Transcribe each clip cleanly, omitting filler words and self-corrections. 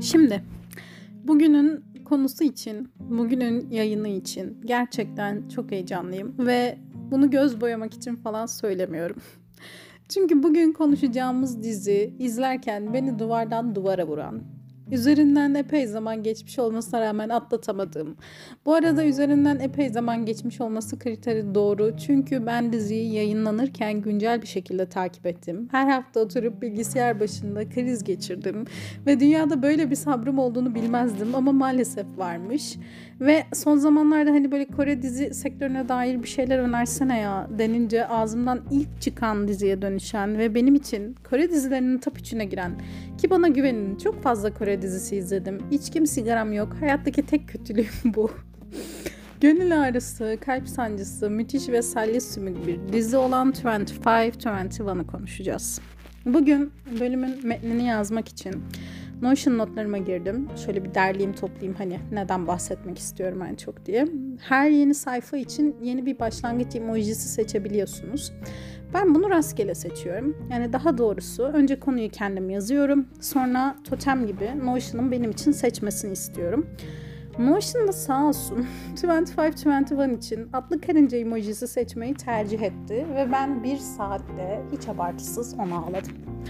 Şimdi bugünün konusu için, bugünün yayını için gerçekten çok heyecanlıyım ve bunu göz boyamak için falan söylemiyorum. Çünkü bugün konuşacağımız dizi izlerken beni duvardan duvara vuran, üzerinden epey zaman geçmiş olmasına rağmen atlatamadığım. Bu arada üzerinden epey zaman geçmiş olması kriteri doğru. Çünkü ben diziyi yayınlanırken güncel bir şekilde takip ettim. Her hafta oturup bilgisayar başında kriz geçirdim. Ve dünyada böyle bir sabrım olduğunu bilmezdim ama maalesef varmış. Ve son zamanlarda hani böyle Kore dizi sektörüne dair bir şeyler önersene ya denince ağzımdan ilk çıkan diziye dönüşen ve benim için Kore dizilerinin top 3'üne giren, ki bana güvenin, çok fazla Kore dizisi izledim. İçkim, sigaram yok. Hayattaki tek kötülüğüm bu. Gönül ağrısı, kalp sancısı, müthiş ve salli sümük bir dizi olan 25-21'ı konuşacağız. Bugün bölümün metnini yazmak için Notion notlarıma girdim. Şöyle bir derleyeyim toplayayım hani neden bahsetmek istiyorum en çok diye. Her yeni sayfa için yeni bir başlangıç emojisi seçebiliyorsunuz. Ben bunu rastgele seçiyorum. Yani daha doğrusu önce konuyu kendim yazıyorum. Sonra totem gibi Notion'un benim için seçmesini istiyorum. Notion da sağ olsun 25-21 için atlı karınca emojisi seçmeyi tercih etti. Ve ben 1 saatte hiç abartısız onu ağladım.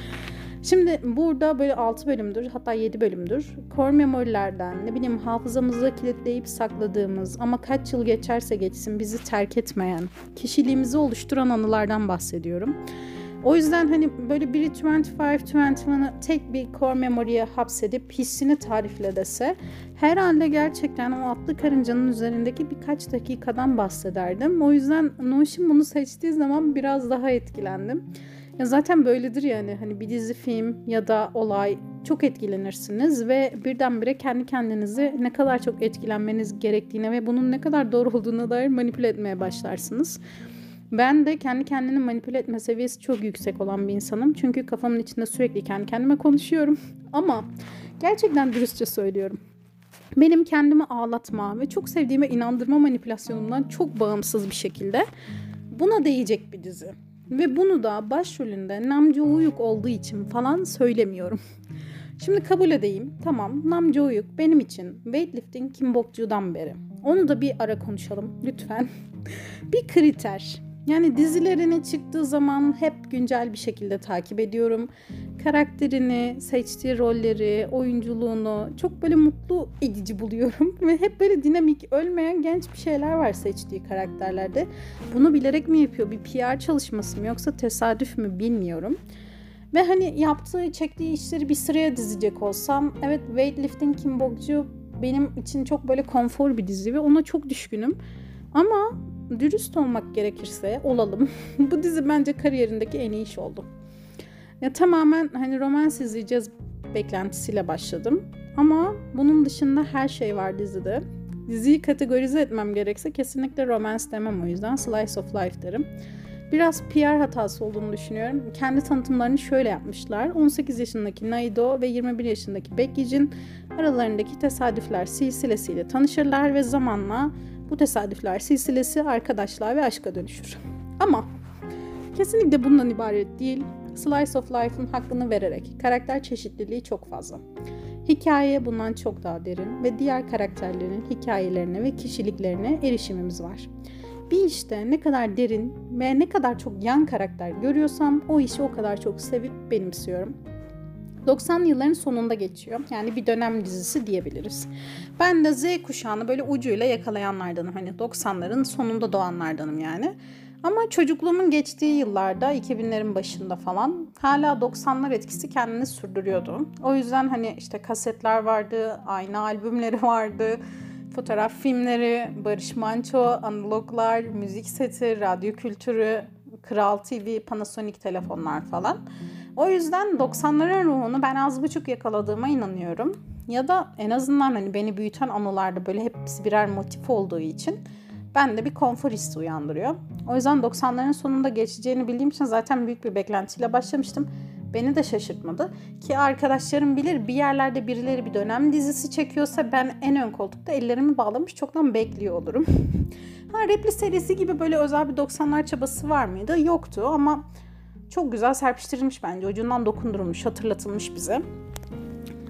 Şimdi burada böyle 6 bölümdür, hatta 7 bölümdür core memory'lerden, ne bileyim hafızamıza kilitleyip sakladığımız ama kaç yıl geçerse geçsin bizi terk etmeyen, kişiliğimizi oluşturan anılardan bahsediyorum. O yüzden hani böyle biri 25-21'ı tek bir core memory'ye hapsedip hissini tarifle dese herhalde gerçekten o atlı karıncanın üzerindeki birkaç dakikadan bahsederdim. O yüzden Notion bunu seçtiği zaman biraz daha etkilendim. Ya zaten böyledir yani hani bir dizi, film ya da olay çok etkilenirsiniz ve birdenbire kendi kendinizi ne kadar çok etkilenmeniz gerektiğine ve bunun ne kadar doğru olduğuna dair manipüle etmeye başlarsınız. Ben de kendi kendini manipüle etme seviyesi çok yüksek olan bir insanım. Çünkü kafamın içinde sürekli kendi kendime konuşuyorum. Ama gerçekten dürüstçe söylüyorum. Benim kendimi ağlatma ve çok sevdiğime inandırma manipülasyonumdan çok bağımsız bir şekilde buna değecek bir dizi. Ve bunu da başrolünde Nam Jo-hyuk olduğu için falan söylemiyorum. Şimdi kabul edeyim. Tamam, Nam Jo-hyuk benim için weightlifting Kim Bok-ju'dan beri. Onu da bir ara konuşalım lütfen. Bir kriter. Yani dizilerini çıktığı zaman hep güncel bir şekilde takip ediyorum. Karakterini, seçtiği rolleri, oyunculuğunu çok böyle mutlu edici buluyorum. Ve hep böyle dinamik, ölmeyen genç bir şeyler var seçtiği karakterlerde. Bunu bilerek mi yapıyor? Bir PR çalışması mı yoksa tesadüf mü bilmiyorum. Ve hani yaptığı, çektiği işleri bir sıraya dizecek olsam, evet, Weightlifting Kim Bok-ju benim için çok böyle konfor bir dizi ve ona çok düşkünüm. Ama dürüst olmak gerekirse olalım. Bu dizi bence kariyerindeki en iyi iş oldu. Ya tamamen hani romans izleyeceğiz beklentisiyle başladım. Ama bunun dışında her şey var dizide. Diziyi kategorize etmem gerekse kesinlikle romans demem, o yüzden slice of life derim. Biraz PR hatası olduğunu düşünüyorum. Kendi tanıtımlarını şöyle yapmışlar. 18 yaşındaki Naido ve 21 yaşındaki Baekhyun aralarındaki tesadüfler silsilesiyle tanışırlar ve zamanla bu tesadüfler silsilesi arkadaşlığa ve aşka dönüşür. Ama kesinlikle bundan ibaret değil. Slice of Life'ın hakkını vererek karakter çeşitliliği çok fazla. Hikaye bundan çok daha derin ve diğer karakterlerin hikayelerine ve kişiliklerine erişimimiz var. Bir işte ne kadar derin ve ne kadar çok yan karakter görüyorsam o işi o kadar çok sevip benimsiyorum. 90'lı yılların sonunda geçiyor. Yani bir dönem dizisi diyebiliriz. Ben de Z kuşağını böyle ucuyla yakalayanlardanım. Hani 90'ların sonunda doğanlardanım yani. Ama çocukluğumun geçtiği yıllarda 2000'lerin başında falan hala 90'lar etkisi kendini sürdürüyordu. O yüzden hani işte kasetler vardı, ayna albümleri vardı, fotoğraf filmleri, Barış Manço, analoglar, müzik seti, radyo kültürü, Kral TV, Panasonic telefonlar falan. O yüzden 90'ların ruhunu ben az buçuk yakaladığıma inanıyorum. Ya da en azından hani beni büyüten anılarda böyle hepsi birer motif olduğu için bende bir konfor hissi uyandırıyor. O yüzden 90'ların sonunda geçeceğini bildiğim için zaten büyük bir beklentiyle başlamıştım. Beni de şaşırtmadı. Ki arkadaşlarım bilir, bir yerlerde birileri bir dönem dizisi çekiyorsa ben en ön koltukta ellerimi bağlamış çoktan bekliyor olurum. Repli serisi gibi böyle özel bir 90'lar çabası var mıydı? Yoktu ama çok güzel serpiştirilmiş bence. Ucundan dokundurulmuş, hatırlatılmış bize.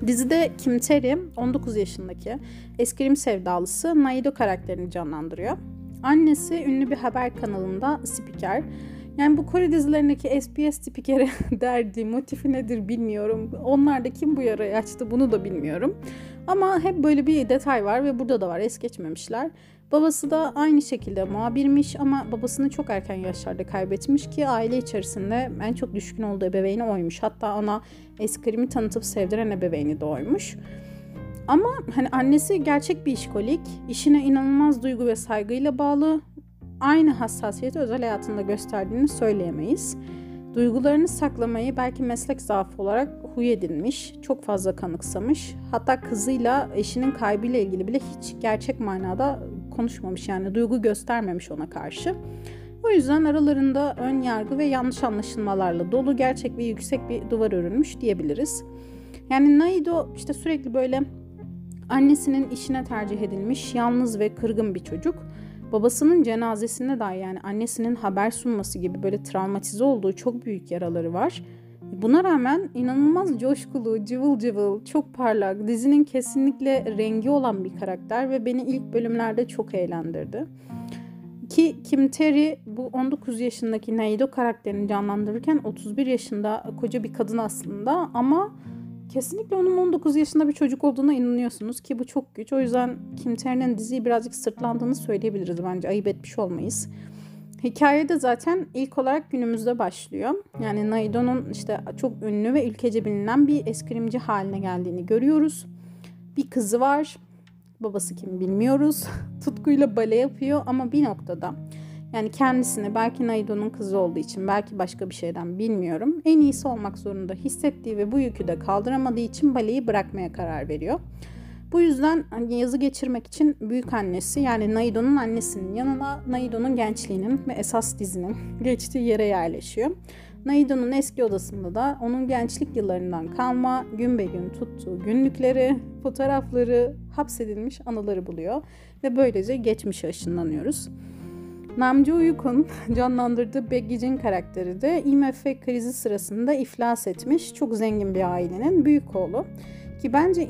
Dizide Kim Terry 19 yaşındaki eskrim sevdalısı Naido karakterini canlandırıyor. Annesi ünlü bir haber kanalında spiker. Yani bu Kore dizilerindeki SBS spikeri derdi, motifi nedir bilmiyorum. Onlar da kim bu yarayı açtı bunu da bilmiyorum. Ama hep böyle bir detay var ve burada da var, es geçmemişler. Babası da aynı şekilde muhabirmiş ama babasını çok erken yaşlarda kaybetmiş ki aile içerisinde en çok düşkün olduğu ebeveyni oymuş. Hatta ona eskrimi tanıtıp sevdiren ebeveyni de oymuş. Ama hani annesi gerçek bir işkolik, işine inanılmaz duygu ve saygıyla bağlı, aynı hassasiyeti özel hayatında gösterdiğini söyleyemeyiz. Duygularını saklamayı belki meslek zaafı olarak huy edinmiş, çok fazla kanıksamış. Hatta kızıyla eşinin kaybıyla ilgili bile hiç gerçek manada konuşmamış, yani duygu göstermemiş ona karşı. O yüzden aralarında ön yargı ve yanlış anlaşılmalarla dolu gerçek ve yüksek bir duvar örülmüş diyebiliriz. Yani Naido işte sürekli böyle annesinin işine tercih edilmiş, yalnız ve kırgın bir çocuk. Babasının cenazesinde dahi yani annesinin haber sunması gibi böyle travmatize olduğu çok büyük yaraları var. Buna rağmen inanılmaz coşkulu, cıvıl cıvıl, çok parlak, dizinin kesinlikle rengi olan bir karakter ve beni ilk bölümlerde çok eğlendirdi. Ki Kim Terry bu 19 yaşındaki Naido karakterini canlandırırken 31 yaşında koca bir kadın aslında ama kesinlikle onun 19 yaşında bir çocuk olduğuna inanıyorsunuz ki bu çok güç. O yüzden Kim Terry'nin diziyi birazcık sırtlandığını söyleyebiliriz bence. Ayıp etmiş olmayız. Hikaye de zaten ilk olarak günümüzde başlıyor. Yani Naido'nun işte çok ünlü ve ülkece bilinen bir eskrimci haline geldiğini görüyoruz. Bir kızı var. Babası kim bilmiyoruz. Tutkuyla bale yapıyor ama bir noktada yani kendisini belki Naido'nun kızı olduğu için belki başka bir şeyden bilmiyorum. En iyisi olmak zorunda hissettiği ve bu yükü de kaldıramadığı için baleyi bırakmaya karar veriyor. Bu yüzden yazı geçirmek için büyük annesi yani Naido'nun annesinin yanına Naido'nun gençliğinin ve esas dizinin geçtiği yere yerleşiyor. Naido'nun eski odasında da onun gençlik yıllarından kalma gün be gün tuttuğu günlükleri, fotoğrafları, hapsedilmiş anıları buluyor ve böylece geçmişe ışınlanıyoruz. Nam Jo-hyuk'un canlandırdığı Baek Gi-jin karakteri de IMF krizi sırasında iflas etmiş çok zengin bir ailenin büyük oğlu. Ki bence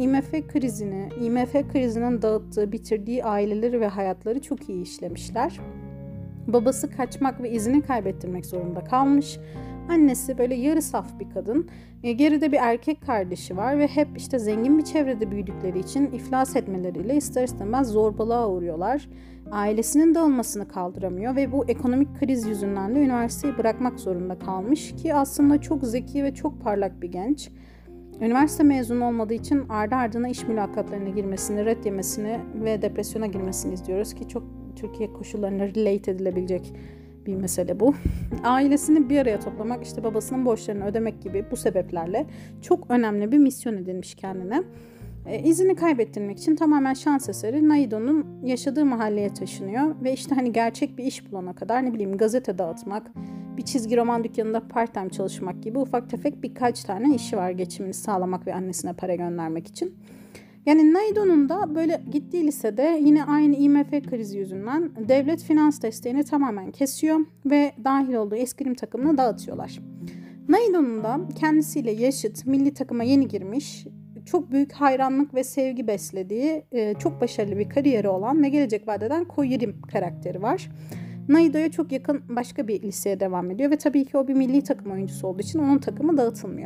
IMF krizinin dağıttığı, bitirdiği aileleri ve hayatları çok iyi işlemişler. Babası kaçmak ve izini kaybettirmek zorunda kalmış. Annesi böyle yarı saf bir kadın. Geride bir erkek kardeşi var ve hep işte zengin bir çevrede büyüdükleri için iflas etmeleriyle ister istemez zorbalığa uğruyorlar. Ailesinin dağılmasını kaldıramıyor ve bu ekonomik kriz yüzünden de üniversiteyi bırakmak zorunda kalmış ki aslında çok zeki ve çok parlak bir genç. Üniversite mezunu olmadığı için ardı ardına iş mülakatlarına girmesini, ret yemesini ve depresyona girmesini izliyoruz ki çok Türkiye koşullarına relate edilebilecek bir mesele bu. Ailesini bir araya toplamak, işte babasının borçlarını ödemek gibi bu sebeplerle çok önemli bir misyon edinmiş kendine. İzini kaybettirmek için tamamen şans eseri Naido'nun yaşadığı mahalleye taşınıyor ve işte hani gerçek bir iş bulana kadar ne bileyim gazete dağıtmak, bir çizgi roman dükkanında part-time çalışmak gibi ufak tefek birkaç tane işi var geçimini sağlamak ve annesine para göndermek için. Yani Naido'nun da böyle gittiği lisede yine aynı IMF krizi yüzünden devlet finans desteğini tamamen kesiyor ve dahil olduğu eskrim takımını dağıtıyorlar. Naido'nun da kendisiyle yaşıt milli takıma yeni girmiş, çok büyük hayranlık ve sevgi beslediği, çok başarılı bir kariyeri olan ve gelecek vadeden Ko-Yerim karakteri var. Naido'ya çok yakın başka bir liseye devam ediyor ve tabii ki o bir milli takım oyuncusu olduğu için onun takımı dağıtılmıyor.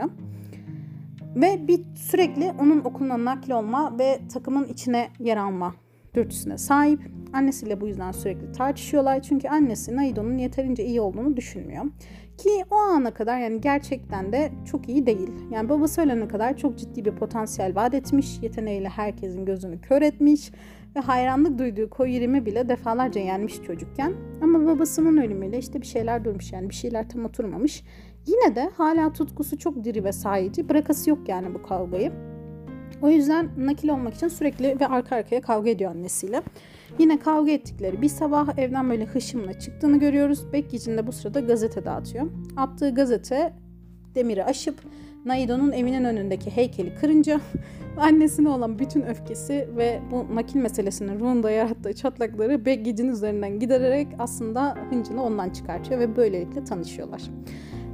Ve bir sürekli onun okuluna nakil olma ve takımın içine yer alma dürtüsüne sahip. Annesiyle bu yüzden sürekli tartışıyorlar. Çünkü annesi Naido'nun yeterince iyi olduğunu düşünmüyor. Ki o ana kadar yani gerçekten de çok iyi değil. Yani babası ölene kadar çok ciddi bir potansiyel vaat etmiş. Yeteneğiyle herkesin gözünü kör etmiş. Ve hayranlık duyduğu Ko-Yerim'i bile defalarca yenmiş çocukken. Ama babasının ölümüyle işte bir şeyler durmuş, yani bir şeyler tam oturmamış. Yine de hala tutkusu çok diri ve sahici. Bırakası yok yani bu kavgayı. O yüzden nakil olmak için sürekli ve arka arkaya kavga ediyor annesiyle. Yine kavga ettikleri bir sabah evden böyle hışımla çıktığını görüyoruz. Baek Gi-jin de bu sırada gazete dağıtıyor. Attığı gazete demiri aşıp Naido'nun evinin önündeki heykeli kırınca annesine olan bütün öfkesi ve bu nakil meselesinin ruhunda yarattığı çatlakları Baek Gi-jin üzerinden gidererek aslında hıncını ondan çıkartıyor ve böylelikle tanışıyorlar.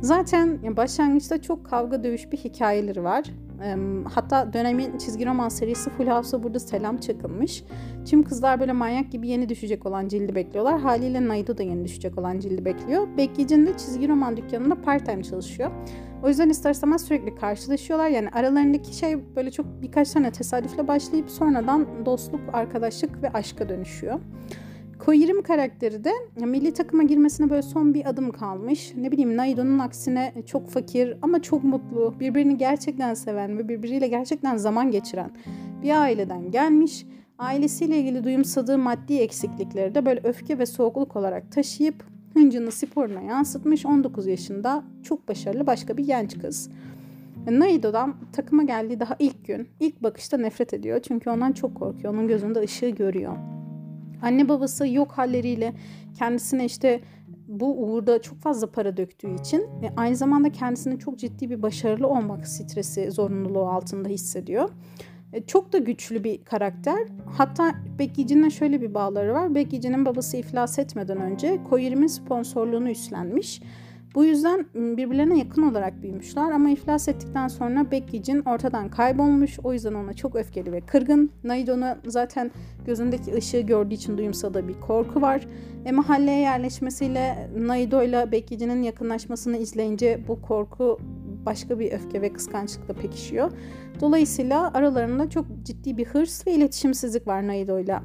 Zaten başlangıçta çok kavga dövüş bir hikayeleri var. Hatta dönemin çizgi roman serisi Full House'a burada selam çakılmış. Tüm kızlar böyle manyak gibi yeni düşecek olan cildi bekliyorlar. Haliyle Naido da yeni düşecek olan cildi bekliyor. Becky de çizgi roman dükkanında part time çalışıyor. O yüzden ister istemez sürekli karşılaşıyorlar. Yani aralarındaki şey böyle çok birkaç tane tesadüfle başlayıp sonradan dostluk, arkadaşlık ve aşka dönüşüyor. Koirim karakteri de milli takıma girmesine böyle son bir adım kalmış. Ne bileyim, Naido'nun aksine çok fakir ama çok mutlu, birbirini gerçekten seven ve birbiriyle gerçekten zaman geçiren bir aileden gelmiş. Ailesiyle ilgili duyumsadığı maddi eksiklikleri de böyle öfke ve soğukluk olarak taşıyıp hıncını sporuna yansıtmış 19 yaşında çok başarılı başka bir genç kız. Naido'dan takıma geldiği daha ilk gün, ilk bakışta nefret ediyor. Çünkü ondan çok korkuyor. Onun gözünde ışığı görüyor. Anne babası yok halleriyle kendisine işte bu uğurda çok fazla para döktüğü için aynı zamanda kendisinin çok ciddi bir başarılı olmak stresi, zorunluluğu altında hissediyor. Çok da güçlü bir karakter. Hatta Becky'cinin şöyle bir bağları var. Becky'cinin babası iflas etmeden önce Koirim'in sponsorluğunu üstlenmiş. Bu yüzden birbirlerine yakın olarak büyümüşler ama iflas ettikten sonra Becky'cin ortadan kaybolmuş. O yüzden ona çok öfkeli ve kırgın. Naido'na zaten gözündeki ışığı gördüğü için duyumsadığı bir korku var. Mahalleye yerleşmesiyle Naido ile Becky'cinin yakınlaşmasını izleyince bu korku başka bir öfke ve kıskançlıkla pekişiyor. Dolayısıyla aralarında çok ciddi bir hırs ve iletişimsizlik var Naido ile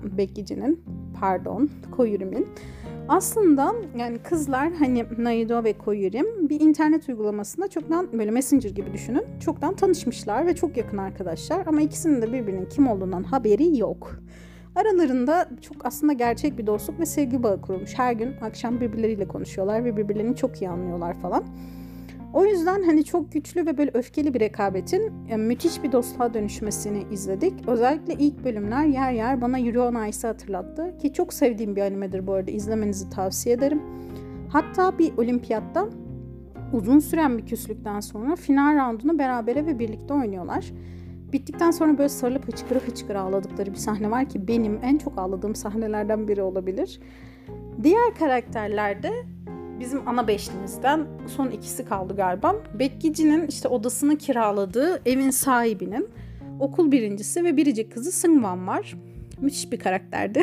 Koirim'in. Aslında yani kızlar hani Naido ve Koirim bir internet uygulamasında çoktan böyle Messenger gibi düşünün. Çoktan tanışmışlar ve çok yakın arkadaşlar ama ikisinin de birbirinin kim olduğundan haberi yok. Aralarında çok aslında gerçek bir dostluk ve sevgi bağı kurulmuş. Her gün akşam birbirleriyle konuşuyorlar ve birbirlerini çok iyi anlıyorlar falan. O yüzden hani çok güçlü ve böyle öfkeli bir rekabetin müthiş bir dostluğa dönüşmesini izledik. Özellikle ilk bölümler yer yer bana Yuri on Ice'ı hatırlattı. Ki çok sevdiğim bir animedir bu arada, izlemenizi tavsiye ederim. Hatta bir olimpiyatta uzun süren bir küslükten sonra final roundunu berabere ve birlikte oynuyorlar. Bittikten sonra böyle sarılıp hıçkıra hıçkıra ağladıkları bir sahne var ki benim en çok ağladığım sahnelerden biri olabilir. Diğer karakterlerde bizim ana beşlimizden son ikisi kaldı galiba. Becky'cinin işte odasını kiraladığı evin sahibinin okul birincisi ve biricik kızı Seungwan var. Müthiş bir karakterdi.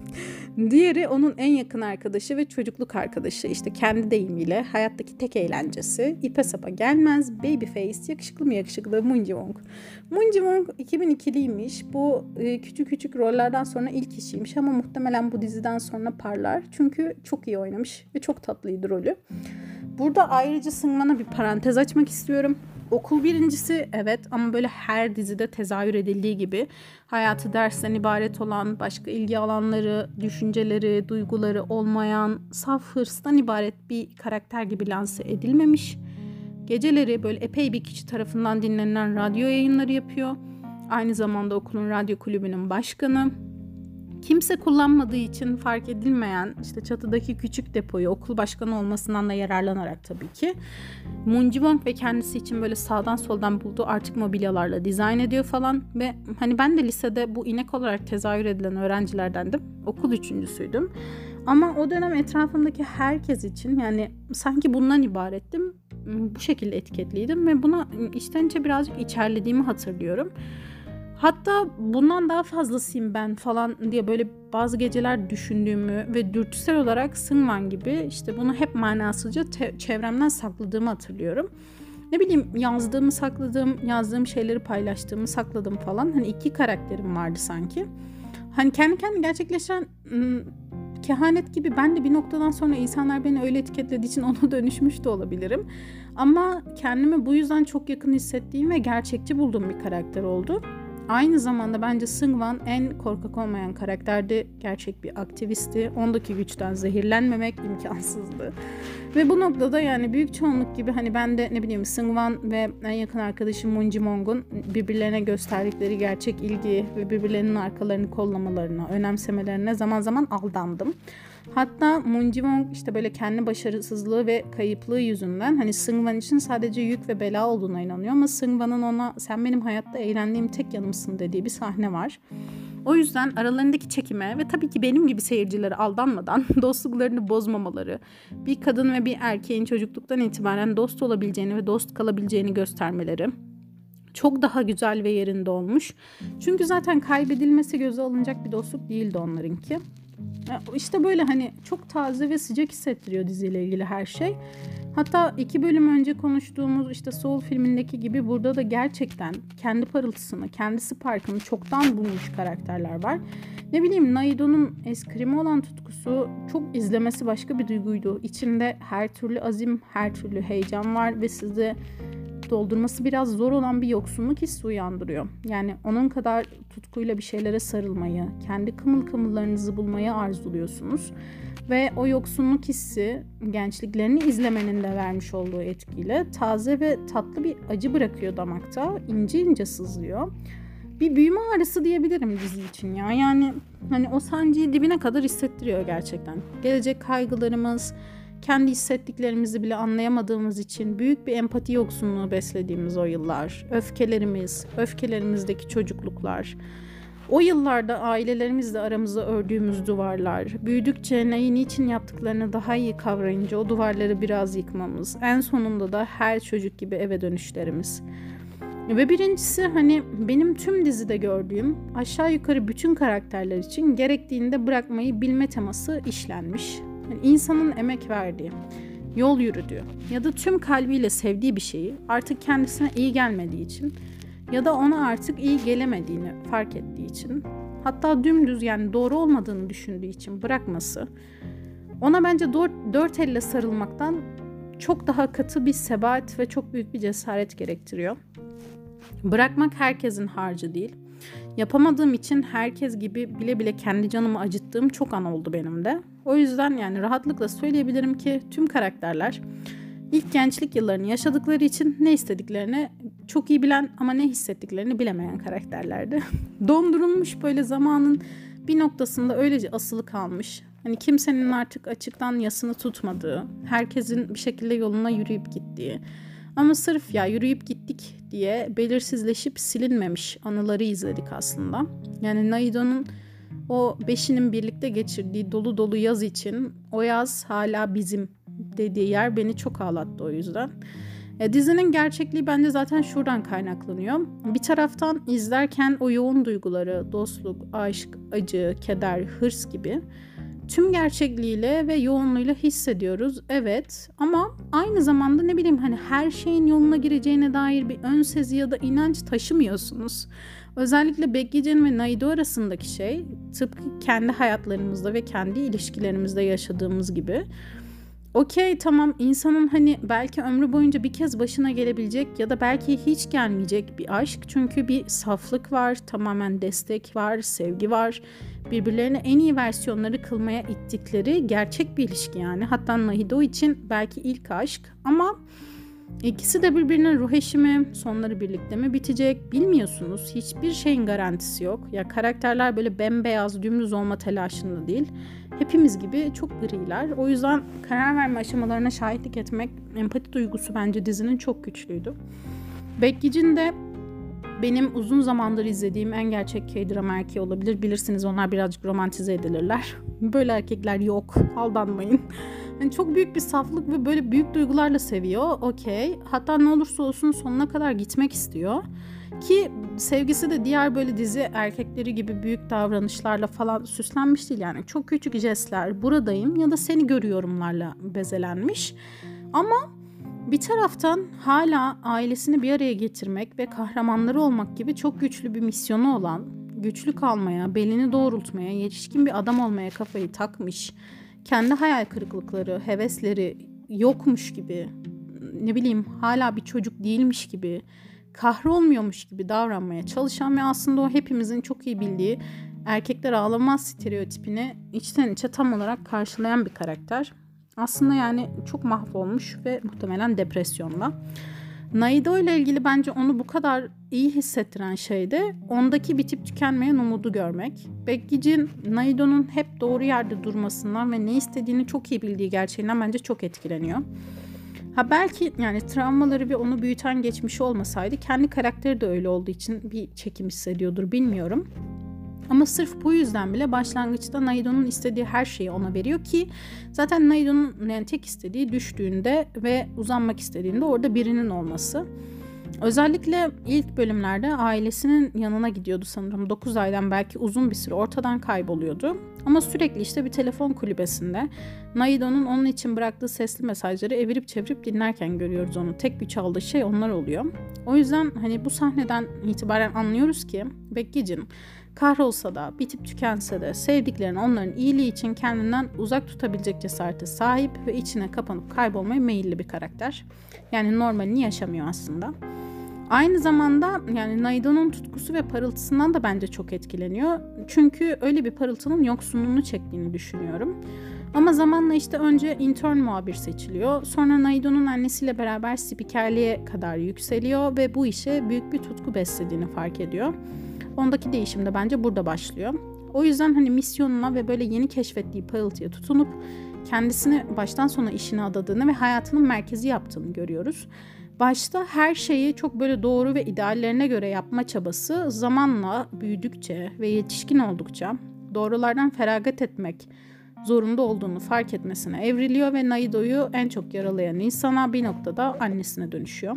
Diğeri onun en yakın arkadaşı ve çocukluk arkadaşı. İşte kendi deyimiyle hayattaki tek eğlencesi. İpe sapa gelmez, babyface, yakışıklı mı yakışıklı Moon Ji-won. Moon Ji-won 2002'liymiş. Bu küçük küçük rollerden sonra ilk işiymiş ama muhtemelen bu diziden sonra parlar. Çünkü çok iyi oynamış ve çok tatlıydı rolü. Burada ayrıca Seungwan'a bir parantez açmak istiyorum. Okul birincisi evet ama böyle her dizide tezahür edildiği gibi hayatı dersten ibaret olan, başka ilgi alanları, düşünceleri, duyguları olmayan, saf hırstan ibaret bir karakter gibi lanse edilmemiş. Geceleri böyle epey bir kişi tarafından dinlenen radyo yayınları yapıyor. Aynı zamanda okulun radyo kulübünün başkanı. Kimse kullanmadığı için fark edilmeyen işte çatıdaki küçük depoyu okul başkanı olmasından da yararlanarak tabii ki Moon Ji-won ve kendisi için böyle sağdan soldan bulduğu artık mobilyalarla dizayn ediyor falan ve hani ben de lisede bu inek olarak tezahür edilen öğrencilerdendim. Okul üçüncüsüydüm. Ama o dönem etrafımdaki herkes için yani sanki bundan ibarettim. Bu şekilde etiketliydim ve buna içten içe birazcık içerlediğimi hatırlıyorum. Hatta bundan daha fazlasıyım ben falan diye böyle bazı geceler düşündüğümü ve dürtüsel olarak Seungwan gibi işte bunu hep manasızca çevremden sakladığımı hatırlıyorum. Ne bileyim yazdığım şeyleri paylaştığımı sakladım falan. Hani iki karakterim vardı sanki. Hani kendi kendine gerçekleşen kehanet gibi ben de bir noktadan sonra insanlar beni öyle etiketlediği için ona dönüşmüş de olabilirim. Ama kendimi bu yüzden çok yakın hissettiğim ve gerçekçi bulduğum bir karakter oldu. Aynı zamanda bence Seungwan en korkak olmayan karakterdi. Gerçek bir aktivisti. Ondaki güçten zehirlenmemek imkansızdı. Ve bu noktada yani büyük çoğunluk gibi hani ben de ne bileyim Seungwan ve en yakın arkadaşım Moon Ji-won'un birbirlerine gösterdikleri gerçek ilgi ve birbirlerinin arkalarını kollamalarına, önemsemelerine zaman zaman aldandım. Hatta Moon Ji-won işte böyle kendi başarısızlığı ve kayıplığı yüzünden hani Seungwan için sadece yük ve bela olduğuna inanıyor ama Seungwan'ın ona sen benim hayatta eğlendiğim tek yanımsın dediği bir sahne var. O yüzden aralarındaki çekime ve tabii ki benim gibi seyircilere aldanmadan dostluklarını bozmamaları, bir kadın ve bir erkeğin çocukluktan itibaren dost olabileceğini ve dost kalabileceğini göstermeleri çok daha güzel ve yerinde olmuş. Çünkü zaten kaybedilmesi göze alınacak bir dostluk değildi onlarınki. İşte böyle hani çok taze ve sıcak hissettiriyor diziyle ilgili her şey. Hatta 2 bölüm önce konuştuğumuz işte Soul filmindeki gibi burada da gerçekten kendi parıltısını, kendi sparkını çoktan bulmuş karakterler var. Ne bileyim, Naido'nun eskrime olan tutkusu çok izlemesi başka bir duyguydu. İçinde her türlü azim, her türlü heyecan var ve sizi doldurması biraz zor olan bir yoksunluk hissi uyandırıyor. Yani onun kadar tutkuyla bir şeylere sarılmayı, kendi kımıl kımıllarınızı bulmayı arzuluyorsunuz. Ve o yoksunluk hissi gençliklerini izlemenin de vermiş olduğu etkiyle taze ve tatlı bir acı bırakıyor damakta. İnce ince sızlıyor. Bir büyüme ağrısı diyebilirim dizi için ya. Yani hani o sancıyı dibine kadar hissettiriyor gerçekten. Gelecek kaygılarımız, kendi hissettiklerimizi bile anlayamadığımız için büyük bir empati yoksunluğu beslediğimiz o yıllar, öfkelerimizdeki çocukluklar, o yıllarda ailelerimiz de aramızda ördüğümüz duvarlar, büyüdükçe neyi niçin yaptıklarını daha iyi kavrayınca o duvarları biraz yıkmamız, en sonunda da her çocuk gibi eve dönüşlerimiz. Ve birincisi hani benim tüm dizide gördüğüm aşağı yukarı bütün karakterler için gerektiğinde bırakmayı bilme teması işlenmiş. Yani insanın emek verdiği, yol yürüdüğü ya da tüm kalbiyle sevdiği bir şeyi artık kendisine iyi gelmediği için ya da ona artık iyi gelemediğini fark ettiği için, hatta dümdüz yani doğru olmadığını düşündüğü için bırakması, ona bence dört elle sarılmaktan çok daha katı bir sebat ve çok büyük bir cesaret gerektiriyor. Bırakmak herkesin harcı değil. Yapamadığım için herkes gibi bile bile kendi canımı acıttığım çok an oldu benim de. O yüzden yani rahatlıkla söyleyebilirim ki tüm karakterler İlk gençlik yıllarını yaşadıkları için ne istediklerini çok iyi bilen ama ne hissettiklerini bilemeyen karakterlerdi. Dondurulmuş böyle zamanın bir noktasında öylece asılı kalmış. Hani kimsenin artık açıktan yasını tutmadığı, herkesin bir şekilde yoluna yürüyüp gittiği. Ama sırf ya yürüyüp gittik diye belirsizleşip silinmemiş anıları izledik aslında. Yani Naido'nun o beşinin birlikte geçirdiği dolu dolu yaz için o yaz hala bizim dediği yer beni çok ağlattı o yüzden. Dizinin gerçekliği bence zaten şuradan kaynaklanıyor. Bir taraftan izlerken o yoğun duyguları, dostluk, aşk, acı, keder, hırs gibi tüm gerçekliğiyle ve yoğunluğuyla hissediyoruz. Evet, ama aynı zamanda ne bileyim hani her şeyin yoluna gireceğine dair bir ön sezi ya da inanç taşımıyorsunuz. Özellikle Baekhyun ve Naido arasındaki şey tıpkı kendi hayatlarımızda ve kendi ilişkilerimizde yaşadığımız gibi. Okey, tamam, insanın hani belki ömrü boyunca bir kez başına gelebilecek ya da belki hiç gelmeyecek bir aşk. Çünkü bir saflık var, tamamen destek var, sevgi var. Birbirlerine en iyi versiyonları kılmaya ittikleri gerçek bir ilişki yani. Hatta Naido için belki ilk aşk ama ikisi de birbirinin ruh eşi mi, sonları birlikte mi bitecek bilmiyorsunuz. Hiçbir şeyin garantisi yok. Ya karakterler böyle bembeyaz, dümdüz olma telaşında değil. Hepimiz gibi çok griler. O yüzden karar verme aşamalarına şahitlik etmek, empati duygusu bence dizinin çok güçlüydü. Baekhyun de benim uzun zamandır izlediğim en gerçek K-drama erkeği olabilir. Bilirsiniz onlar birazcık romantize edilirler. Böyle erkekler yok. Aldanmayın. Yani çok büyük bir saflık ve böyle büyük duygularla seviyor. Okey. Hatta ne olursa olsun sonuna kadar gitmek istiyor. Ki sevgisi de diğer böyle dizi erkekleri gibi büyük davranışlarla falan süslenmiş değil. Yani çok küçük jestler, buradayım ya da seni görüyorumlarla bezelenmiş. Ama bir taraftan hala ailesini bir araya getirmek ve kahramanları olmak gibi çok güçlü bir misyonu olan, güçlü kalmaya, belini doğrultmaya, yetişkin bir adam olmaya kafayı takmış, kendi hayal kırıklıkları, hevesleri yokmuş gibi, ne bileyim hala bir çocuk değilmiş gibi, kahrolmuyormuş gibi davranmaya çalışan ve aslında o hepimizin çok iyi bildiği erkekler ağlamaz stereotipini içten içe tam olarak karşılayan bir karakter. Aslında yani çok mahvolmuş ve muhtemelen depresyonda. Naido ile ilgili bence onu bu kadar iyi hissettiren şey de ondaki bitip tükenmeyen umudu görmek. Baekhyun, Naido'nun hep doğru yerde durmasından ve ne istediğini çok iyi bildiği gerçeğinden bence çok etkileniyor. Ha belki yani travmaları ve onu büyüten geçmişi olmasaydı kendi karakteri de öyle olduğu için bir çekim hissediyordur, bilmiyorum. Ama sırf bu yüzden bile başlangıçta Naido'nun istediği her şeyi ona veriyor ki zaten Naido'nun yani tek istediği düştüğünde ve uzanmak istediğinde orada birinin olması. Özellikle ilk bölümlerde ailesinin yanına gidiyordu sanırım. 9 aydan belki uzun bir süre ortadan kayboluyordu. Ama sürekli işte bir telefon kulübesinde Naido'nun onun için bıraktığı sesli mesajları evirip çevirip dinlerken görüyoruz onu. Tek güç aldığı şey onlar oluyor. O yüzden hani bu sahneden itibaren anlıyoruz ki Bekkicin kahrolsa da, bitip tükense de sevdiklerini onların iyiliği için kendinden uzak tutabilecek cesarete sahip ve içine kapanıp kaybolmaya meyilli bir karakter. Yani normalini yaşamıyor aslında. Aynı zamanda yani Naido'nun tutkusu ve parıltısından da bence çok etkileniyor. Çünkü öyle bir parıltının yoksunluğunu çektiğini düşünüyorum. Ama zamanla işte önce intern muhabir seçiliyor. Sonra Naido'nun annesiyle beraber spikerliğe kadar yükseliyor ve bu işe büyük bir tutku beslediğini fark ediyor. Ondaki değişim de bence burada başlıyor. O yüzden hani misyonuna ve böyle yeni keşfettiği parıltıya tutunup kendisini baştan sona işine adadığını ve hayatının merkezi yaptığını görüyoruz. Başta her şeyi çok böyle doğru ve ideallerine göre yapma çabası zamanla büyüdükçe ve yetişkin oldukça doğrulardan feragat etmek zorunda olduğunu fark etmesine evriliyor ve Naido'yu en çok yaralayan insana bir noktada annesine dönüşüyor.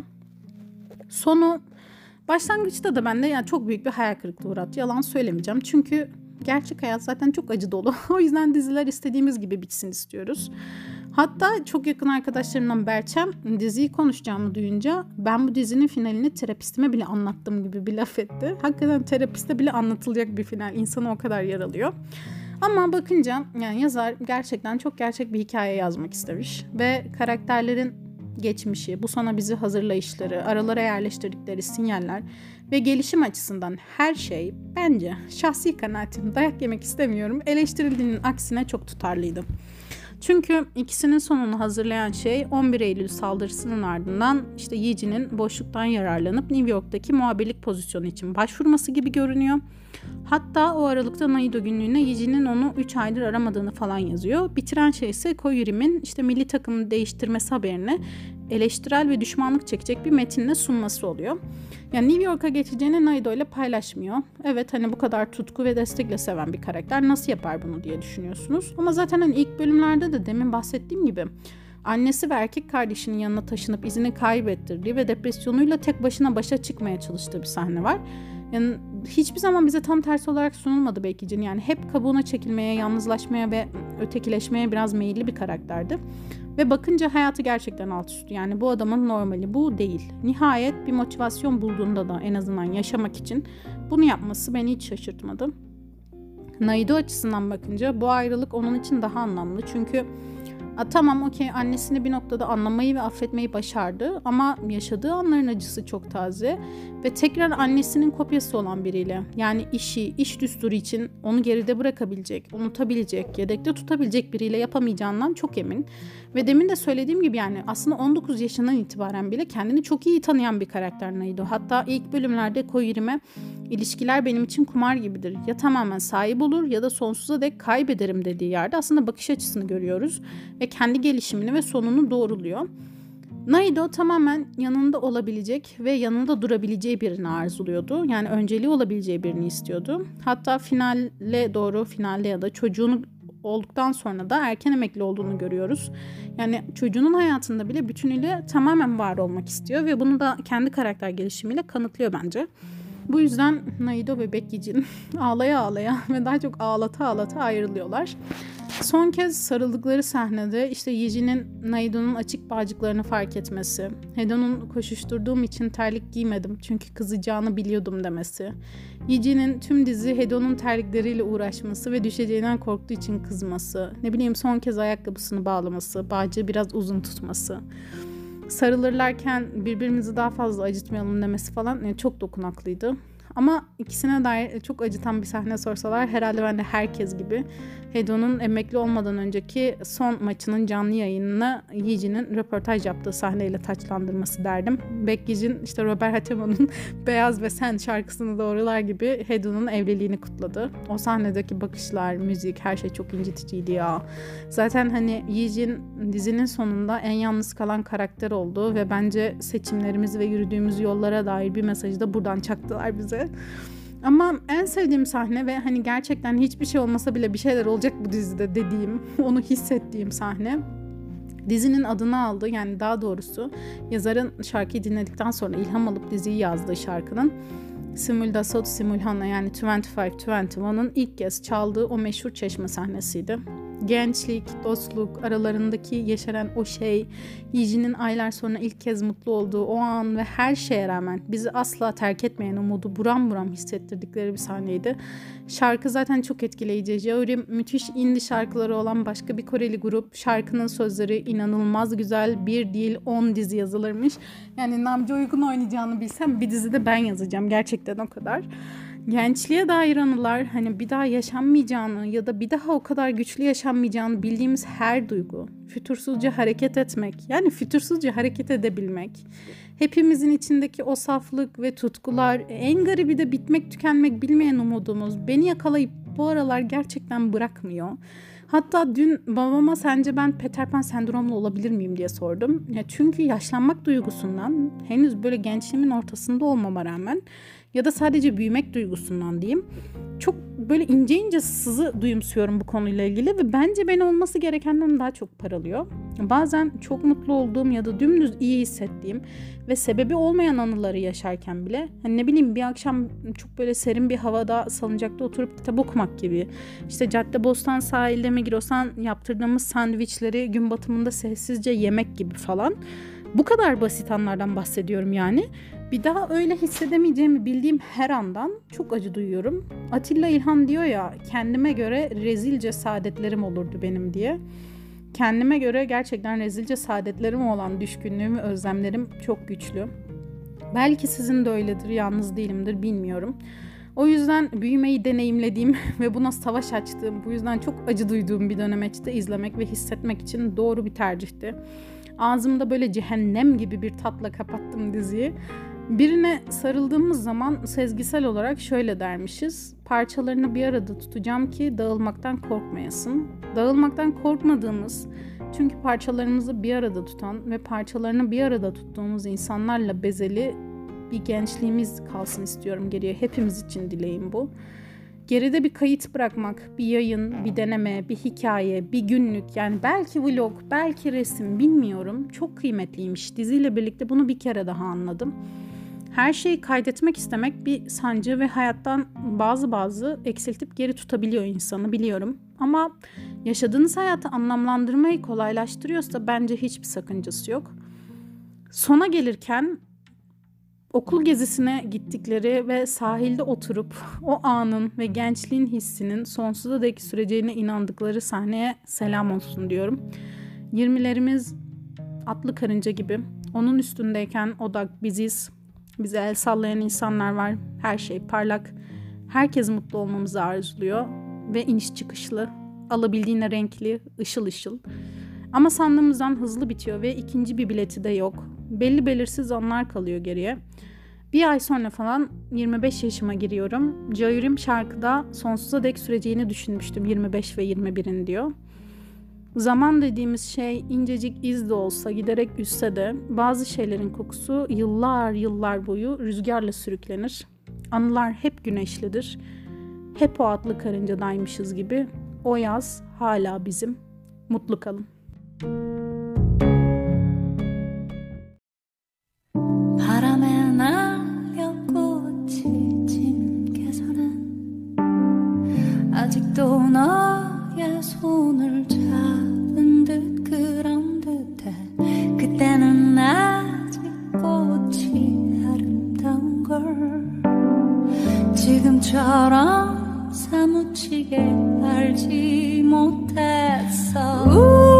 Sonu başlangıçta da bende yani çok büyük bir hayal kırıklığı uğrattı. Yalan söylemeyeceğim. Çünkü gerçek hayat zaten çok acı dolu. O yüzden diziler istediğimiz gibi bitsin istiyoruz. Hatta çok yakın arkadaşlarımdan Berçem diziyi konuşacağımı duyunca ben bu dizinin finalini terapistime bile anlattım gibi bir laf etti. Hakikaten terapiste bile anlatılacak bir final. İnsanı o kadar yaralıyor. Ama bakınca yani yazar gerçekten çok gerçek bir hikaye yazmak istemiş. Ve karakterlerin geçmişi, bu sona bizi hazırlayışları, aralara yerleştirdikleri sinyaller ve gelişim açısından her şey bence şahsi kanaatim, dayak yemek istemiyorum, eleştirildiğinin aksine çok tutarlıydı. Çünkü ikisinin sonunu hazırlayan şey 11 Eylül saldırısının ardından işte Yiji'nin boşluktan yararlanıp New York'taki muhabirlik pozisyonu için başvurması gibi görünüyor. Hatta o aralıkta Naido günlüğüne Yiji'nin onu 3 aydır aramadığını falan yazıyor. Bitiren şey ise Koyuri'nin işte milli takımı değiştirmesi haberini eleştirel ve düşmanlık çekecek bir metinle sunması oluyor. Yani New York'a geçeceğini Naido ile paylaşmıyor. Evet hani bu kadar tutku ve destekle seven bir karakter nasıl yapar bunu diye düşünüyorsunuz. Ama zaten hani ilk bölümlerde de demin bahsettiğim gibi annesi ve erkek kardeşinin yanına taşınıp izini kaybettirdiği ve depresyonuyla tek başına başa çıkmaya çalıştığı bir sahne var. Yani hiçbir zaman bize tam tersi olarak sunulmadı Bekkicin. Yani hep kabuğuna çekilmeye, yalnızlaşmaya ve ötekileşmeye biraz meyilli bir karakterdi. Ve bakınca hayatı gerçekten alt üstü. Yani bu adamın normali bu değil. Nihayet bir motivasyon bulduğunda da en azından yaşamak için bunu yapması beni hiç şaşırtmadı. Naido açısından bakınca bu ayrılık onun için daha anlamlı. Çünkü tamam okey annesini bir noktada anlamayı ve affetmeyi başardı ama yaşadığı anların acısı çok taze ve tekrar annesinin kopyası olan biriyle yani iş düsturu için onu geride bırakabilecek, unutabilecek, yedekte tutabilecek biriyle yapamayacağından çok emin. Ve demin de söylediğim gibi yani aslında 19 yaşından itibaren bile kendini çok iyi tanıyan bir karakter Naido. Hatta ilk bölümlerde Koyuri'me ilişkiler benim için kumar gibidir. Ya tamamen sahip olur ya da sonsuza dek kaybederim dediği yerde aslında bakış açısını görüyoruz ve kendi gelişimini ve sonunu doğruluyor. Naido tamamen yanında olabilecek ve yanında durabileceği birini arzuluyordu. Yani önceliği olabileceği birini istiyordu. Hatta finalde ya da çocuğunu olduktan sonra da erken emekli olduğunu görüyoruz. Yani çocuğunun hayatında bile bütünüyle tamamen var olmak istiyor ve bunu da kendi karakter gelişimiyle kanıtlıyor bence. Bu yüzden Naido ve Bekkicin ağlaya ağlaya ve daha çok ağlata ağlata ayrılıyorlar. Son kez sarıldıkları sahnede işte Yiji'nin Naido'nun açık bağcıklarını fark etmesi, Hedon'un koşuşturduğum için terlik giymedim çünkü kızacağını biliyordum demesi, Yiji'nin tüm dizi Hedon'un terlikleriyle uğraşması ve düşeceğinden korktuğu için kızması, ne bileyim son kez ayakkabısını bağlaması, bağcığı biraz uzun tutması, sarılırlarken birbirimizi daha fazla acıtmayalım demesi falan yani çok dokunaklıydı. Ama ikisine dair çok acıtan bir sahne sorsalar herhalde ben de herkes gibi Hedon'un emekli olmadan önceki son maçının canlı yayınına Yiji'nin röportaj yaptığı sahneyle taçlandırması derdim. Bekkicin işte Robert Hatemo'nun Beyaz ve Sen şarkısını doğrular gibi Hedon'un evliliğini kutladı. O sahnedeki bakışlar, müzik her şey çok inciticiydi ya. Zaten hani Yijin dizinin sonunda en yalnız kalan karakter oldu ve bence seçimlerimiz ve yürüdüğümüz yollara dair bir mesajı da buradan çaktılar bize. Ama en sevdiğim sahne ve hani gerçekten hiçbir şey olmasa bile bir şeyler olacak bu dizide dediğim, onu hissettiğim sahne. Dizinin adını aldı, yani daha doğrusu yazarın şarkıyı dinledikten sonra ilham alıp diziyi yazdığı şarkının Simulda Sot Simulhana, yani 25-21'ın ilk kez çaldığı o meşhur çeşme sahnesiydi. Gençlik, dostluk, aralarındaki yeşeren o şey, Yiji'nin aylar sonra ilk kez mutlu olduğu o an ve her şeye rağmen bizi asla terk etmeyen umudu buram buram hissettirdikleri bir sahneydi. Şarkı zaten çok etkileyici. Jeorim müthiş indie şarkıları olan başka bir Koreli grup. Şarkının sözleri inanılmaz güzel. 1 değil 10 dizi yazılırmış. Yani Nam Jo-hyuk'un oynayacağını bilsem bir dizide ben yazacağım. Gerçekten o kadar. Gençliğe dair anılar, hani bir daha yaşanmayacağını ya da bir daha o kadar güçlü yaşanmayacağını bildiğimiz her duygu, fütursuzca hareket etmek, yani fütursuzca hareket edebilmek, hepimizin içindeki o saflık ve tutkular, en garibi de bitmek tükenmek bilmeyen umudumuz beni yakalayıp bu aralar gerçekten bırakmıyor. Hatta dün babama sence ben Peter Pan sendromlu olabilir miyim diye sordum. Ya çünkü yaşlanmak duygusundan, henüz böyle gençliğimin ortasında olmama rağmen ya da sadece büyümek duygusundan diyeyim, çok böyle ince ince sızı duyumsuyorum bu konuyla ilgili ve bence beni olması gerekenden daha çok paralıyor. Bazen çok mutlu olduğum ya da dümdüz iyi hissettiğim ve sebebi olmayan anıları yaşarken bile, hani ne bileyim, bir akşam çok böyle serin bir havada salıncakta oturup kitap okumak gibi, işte Caddebostan sahilde Migros'tan yaptırdığımız sandviçleri gün batımında sessizce yemek gibi falan. Bu kadar basit anlardan bahsediyorum yani. Bir daha öyle hissedemeyeceğimi bildiğim her andan çok acı duyuyorum. Atilla İlhan diyor ya, kendime göre rezilce saadetlerim olurdu benim diye. Kendime göre gerçekten rezilce saadetlerim olan düşkünlüğüm ve özlemlerim çok güçlü. Belki sizin de öyledir, yalnız değilimdir, bilmiyorum. O yüzden büyümeyi deneyimlediğim ve buna savaş açtığım, bu yüzden çok acı duyduğum bir dönemeçte izlemek ve hissetmek için doğru bir tercihti. Ağzımda böyle cehennem gibi bir tatla kapattım diziyi. Birine sarıldığımız zaman sezgisel olarak şöyle dermişiz: parçalarını bir arada tutacağım ki dağılmaktan korkmayasın. Dağılmaktan korkmadığımız, çünkü parçalarımızı bir arada tutan ve parçalarını bir arada tuttuğumuz insanlarla bezeli bir gençliğimiz kalsın istiyorum geriye. Hepimiz için dileğim bu. Geride bir kayıt bırakmak, bir yayın, bir deneme, bir hikaye, bir günlük, yani belki vlog, belki resim, bilmiyorum. Çok kıymetliymiş. Diziyle birlikte bunu bir kere daha anladım. Her şeyi kaydetmek istemek bir sancı ve hayattan bazı eksiltip geri tutabiliyor insanı, biliyorum. Ama yaşadığınız hayatı anlamlandırmayı kolaylaştırıyorsa bence hiçbir sakıncası yok. Sona gelirken okul gezisine gittikleri ve sahilde oturup o anın ve gençliğin hissinin sonsuza dek süreceğine inandıkları sahneye selam olsun diyorum. 20'lerimiz atlı karınca gibi. Onun üstündeyken odak biziz. Bize el sallayan insanlar var. Her şey parlak. Herkes mutlu olmamızı arzuluyor. Ve iniş çıkışlı, alabildiğine renkli, ışıl ışıl. Ama sandığımızdan hızlı bitiyor ve ikinci bir bileti de yok. Belli belirsiz anlar kalıyor geriye. Bir ay sonra falan 25 yaşıma giriyorum. Jeorim şarkıda sonsuza dek süreceğini düşünmüştüm 25 ve 21'in diyor. Zaman dediğimiz şey incecik iz de olsa giderek üsse de bazı şeylerin kokusu yıllar boyu rüzgarla sürüklenir. Anılar hep güneşlidir. Hep o atlı karıncadaymışız gibi. O yaz hala bizim. Mutlu kalın. 바람에 날려 꽃이 진 개선은 아직도 너의 손을 잡은 듯 그런 듯해 그때는 아직 꽃이 아름다운 걸 지금처럼 사무치게 알지 못했어